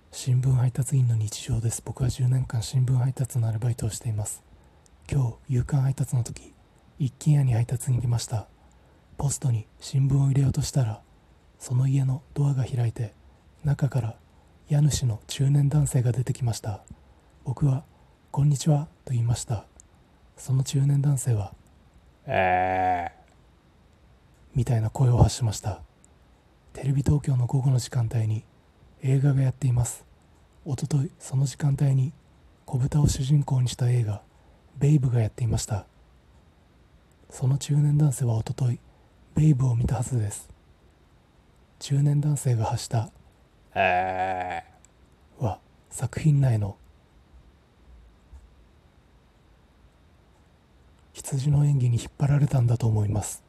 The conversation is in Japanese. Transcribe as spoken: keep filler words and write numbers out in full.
新聞配達員の日常です。僕はじゅうねんかん新聞配達のアルバイトをしています。今日、夕刊配達の時、一軒家に配達に行きました。ポストに新聞を入れようとしたら、その家のドアが開いて、中から家主の中年男性が出てきました。僕は、こんにちはと言いました。その中年男性は、えーみたいな声を発しました。テレビ東京の午後の時間帯に映画がやっています。おととい、その時間帯に子豚を主人公にした映画ベイブがやっていました。その中年男性はおとといベイブを見たはずです。中年男性が発したえーは作品内の羊の演技に引っ張られたんだと思います。